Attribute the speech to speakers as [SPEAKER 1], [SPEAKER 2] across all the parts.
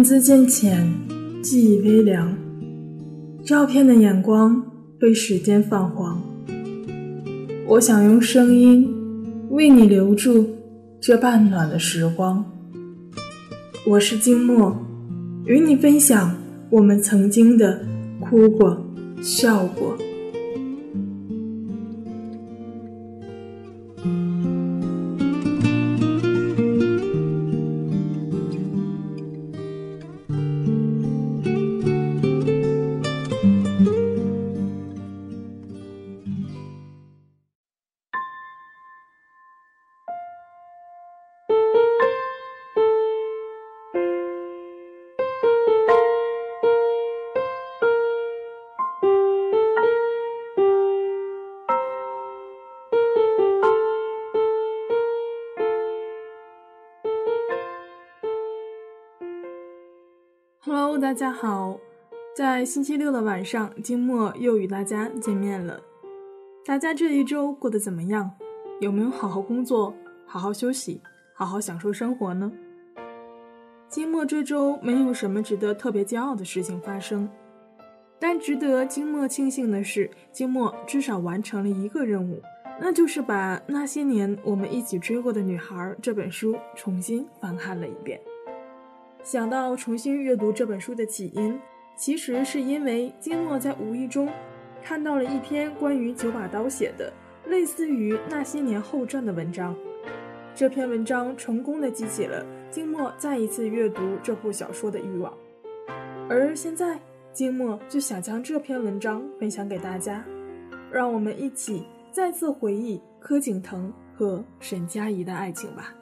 [SPEAKER 1] 字渐浅，记忆微凉，照片的眼光被时间泛黄。我想用声音为你留住这半暖的时光。我是静默，与你分享我们曾经的哭过、笑过。Hello， 大家好，在星期六的晚上，静默又与大家见面了。大家这一周过得怎么样？有没有好好工作、好好休息、好好享受生活呢？静默这周没有什么值得特别骄傲的事情发生，但值得静默庆幸的是，静默至少完成了一个任务，那就是把《那些年我们一起追过的女孩》这本书重新翻看了一遍。想到重新阅读这本书的起因，其实是因为静默在无意中看到了一篇关于九把刀写的类似于那些年后传的文章。这篇文章成功地激起了静默再一次阅读这部小说的欲望，而现在静默就想将这篇文章分享给大家，让我们一起再次回忆柯景腾和沈佳宜的爱情吧。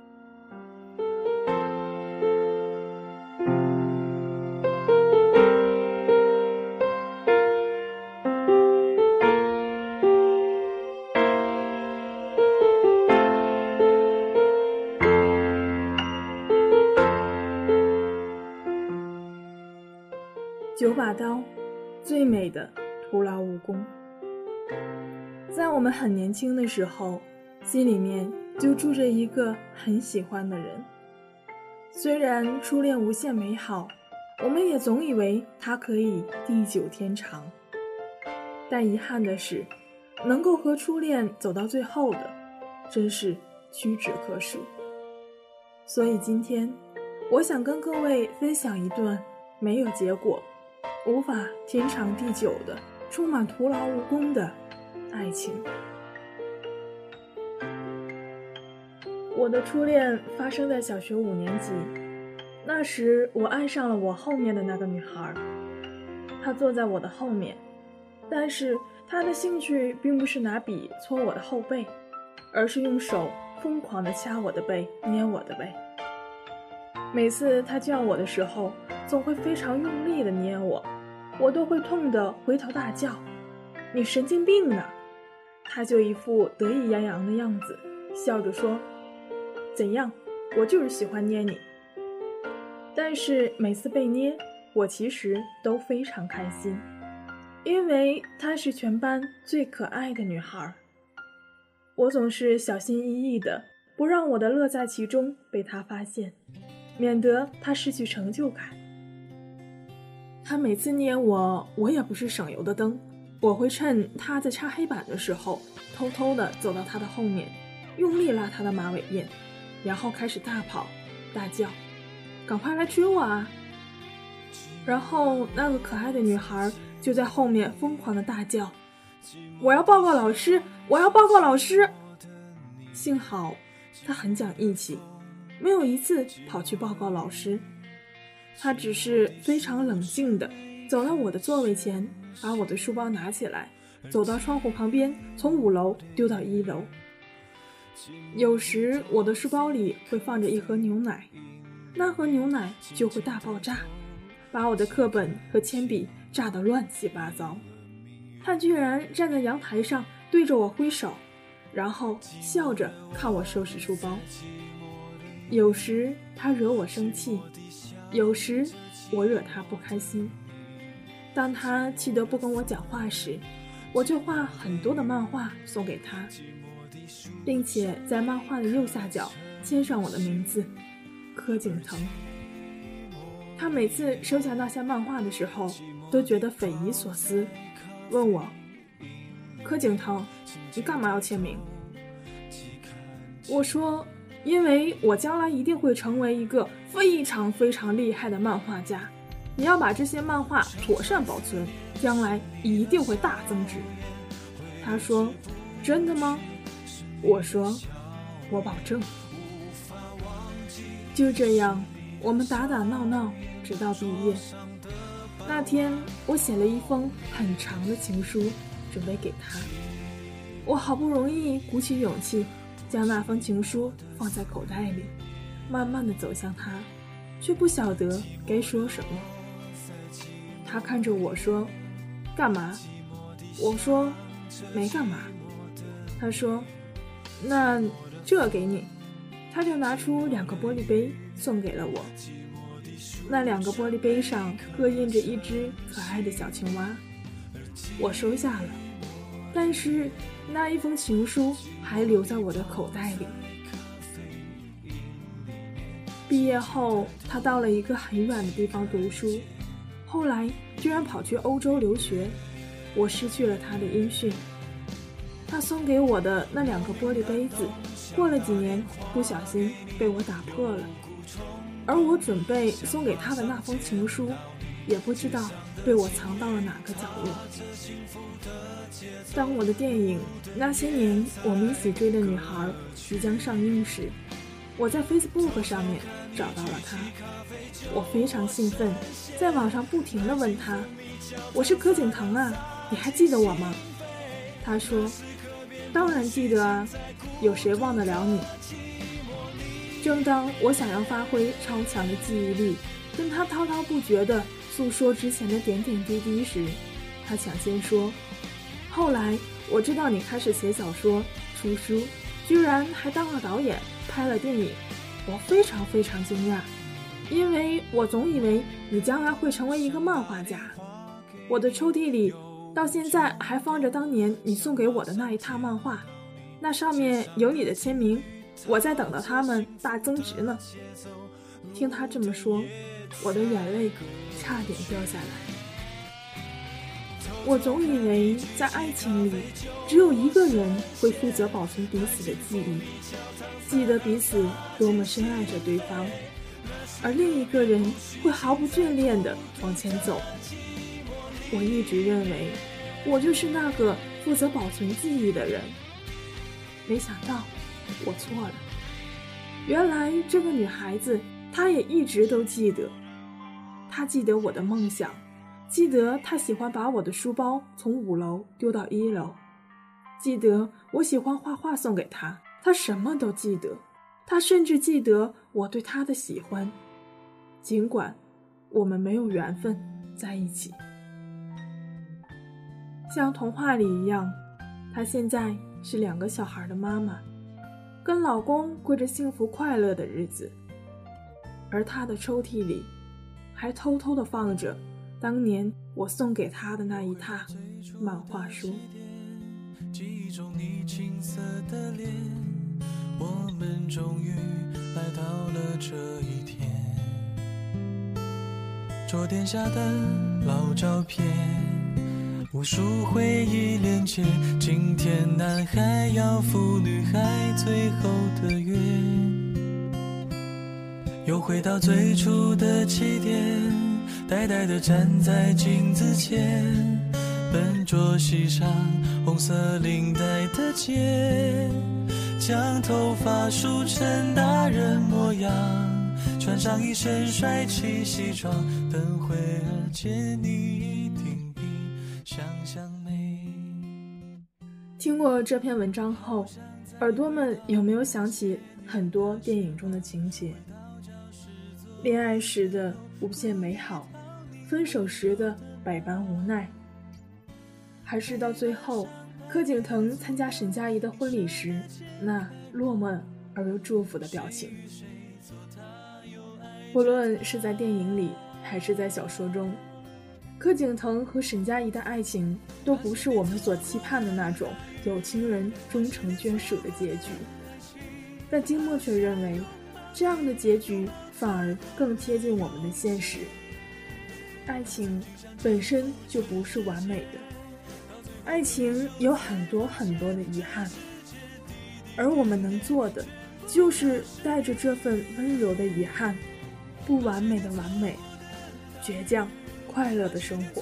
[SPEAKER 1] 九把刀，最美的徒劳无功。在我们很年轻的时候，心里面就住着一个很喜欢的人。虽然初恋无限美好，我们也总以为它可以地久天长。但遗憾的是，能够和初恋走到最后的，真是屈指可数。所以今天，我想跟各位分享一段没有结果，无法天长地久的，充满徒劳无功的爱情。我的初恋发生在小学5年级，那时我爱上了我后面的那个女孩，她坐在我的后面，但是她的兴趣并不是拿笔搓我的后背，而是用手疯狂地掐我的背，捏我的背。每次她叫我的时候，总会非常用力地捏我，我都会痛得回头大叫：“你神经病呢！”他就一副得意洋洋的样子，笑着说：“怎样，我就是喜欢捏你。”但是每次被捏，我其实都非常开心，因为她是全班最可爱的女孩。我总是小心翼翼的，不让我的乐在其中被她发现，免得她失去成就感。他每次捏我，我也不是省油的灯，我会趁他在擦黑板的时候，偷偷地走到他的后面，用力拉他的马尾辫，然后开始大跑大叫：“赶快来追我啊！”然后那个可爱的女孩就在后面疯狂地大叫：“我要报告老师，我要报告老师！”幸好她很讲义气，没有一次跑去报告老师，他只是非常冷静地走到我的座位前，把我的书包拿起来，走到窗户旁边，从5楼丢到1楼。有时我的书包里会放着一盒牛奶，那盒牛奶就会大爆炸，把我的课本和铅笔炸得乱七八糟。他居然站在阳台上对着我挥手，然后笑着看我收拾书包。有时他惹我生气，有时我惹他不开心。当他气得不跟我讲话时，我就画很多的漫画送给他，并且在漫画的右下角签上我的名字柯景腾。 他每次收下那些漫画的时候，都觉得匪夷所思，问我：柯景腾，你干嘛要签名？我说：因为我将来一定会成为一个非常非常厉害的漫画家，你要把这些漫画妥善保存，将来一定会大增值。他说：真的吗？我说：我保证。就这样，我们打打闹闹，直到毕业。那天，我写了一封很长的情书，准备给他。我好不容易鼓起勇气，将那封情书放在口袋里，慢慢地走向他，却不晓得该说什么。他看着我说：干嘛？我说：没干嘛。他说：那这给你。他就拿出2个玻璃杯送给了我。那2个玻璃杯上各印着一只可爱的小青蛙。我收下了，但是那一封情书还留在我的口袋里。毕业后，他到了一个很远的地方读书，后来居然跑去欧洲留学，我失去了他的音讯。他送给我的那2个玻璃杯子，过了几年不小心被我打破了，而我准备送给他的那封情书，也不知道被我藏到了哪个角落。当我的电影《那些年我们一起追的女孩》即将上映时，我在 Facebook 上面找到了他。我非常兴奋，在网上不停地问他：我是柯景腾啊，你还记得我吗？他说：当然记得啊，有谁忘得了你？正当我想要发挥超强的记忆力，跟他滔滔不绝地诉说之前的点点滴滴时，他抢先说：后来我知道你开始写小说、出书，居然还当了导演，拍了电影，我非常非常惊讶，因为我总以为你将来会成为一个漫画家。我的抽屉里到现在还放着当年你送给我的那一沓漫画，那上面有你的签名，我在等着他们大增值呢。听他这么说，我的眼泪差点掉下来。我总以为在爱情里，只有一个人会负责保存彼此的记忆，记得彼此多么深爱着对方，而另一个人会毫不眷恋地往前走。我一直认为我就是那个负责保存记忆的人，没想到我错了。原来这个女孩子她也一直都记得，她记得我的梦想，记得她喜欢把我的书包从5楼丢到1楼，记得我喜欢画画送给她，她什么都记得。她甚至记得我对她的喜欢，尽管我们没有缘分在一起。像童话里一样，她现在是2个小孩的妈妈，跟老公过着幸福快乐的日子，而她的抽屉里还偷偷地放着当年我送给她的那一沓漫画书。
[SPEAKER 2] 记忆中你青涩的脸，我们终于来到了这一天。桌垫下的老照片，无数回忆连接，今天男孩要赴女孩最后的约，又回到最初的起点，呆呆地站在镜子前，笨拙系上红色领带的结，将头发梳成大人模样，穿上一身帅气西装，等会儿见你一定比想象美。
[SPEAKER 1] 听过这篇文章后，耳朵们有没有想起很多电影中的情节？恋爱时的无限美好，分手时的百般无奈，还是到最后柯景腾参加沈佳宜的婚礼时那落寞而又祝福的表情。不论是在电影里还是在小说中，柯景腾和沈佳宜的爱情都不是我们所期盼的那种有情人终成眷属的结局，但金默却认为这样的结局反而更贴近我们的现实。爱情本身就不是完美的，爱情有很多很多的遗憾，而我们能做的就是带着这份温柔的遗憾，不完美的完美，倔强快乐的生活。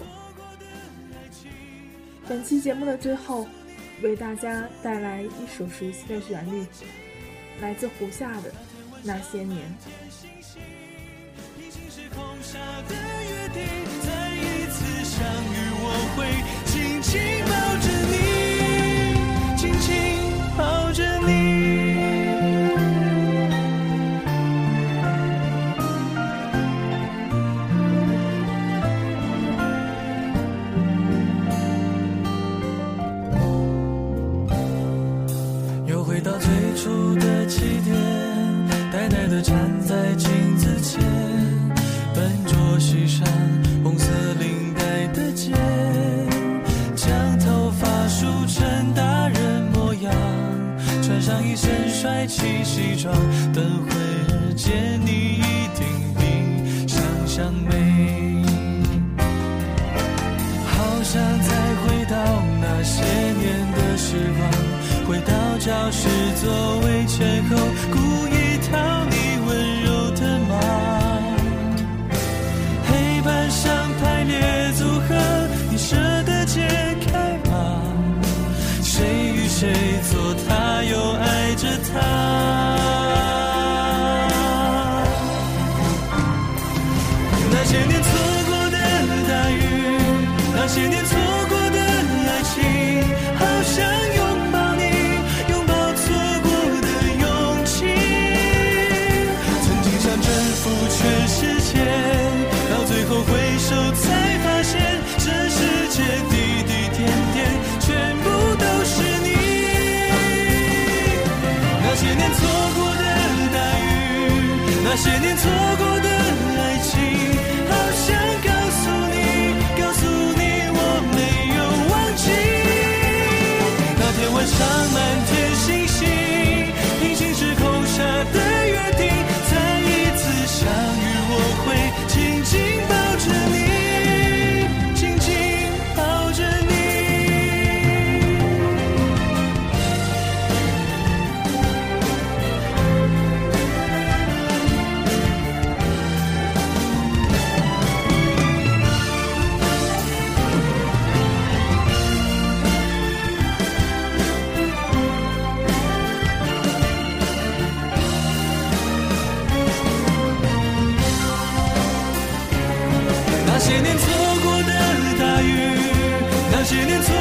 [SPEAKER 1] 本期节目的最后，为大家带来一首熟悉的旋律，来自胡夏的《那些年》。
[SPEAKER 2] 的约定，再一次相遇，我会紧紧抱着你，紧紧抱着你。又回到最初的起点，呆呆地站在镜子前，笨拙系上红色领带的结，将头发梳成大人模样，穿上一身帅气西装，等会儿见你一定比想象美。好想再回到那些年的时光，回到教室座位前后，故意讨你温柔的骂。上排列组合，你舍得解开吗？谁与谁做他，又爱着他？那些年错过的大雨，那些年错过的爱情，好想拥抱你，拥抱错过的勇气。曾经想征服全世界，到最后回首才发现，这世界滴滴点点全部都是你。那些年错过的大雨，那些年错过的爱情，好想告诉你，告诉你我没有忘记。那天晚上满天星星，平行时空下的约定，再一次相遇，我会紧紧抱着你，紧紧抱着你。那些年错过的大雨，那些年错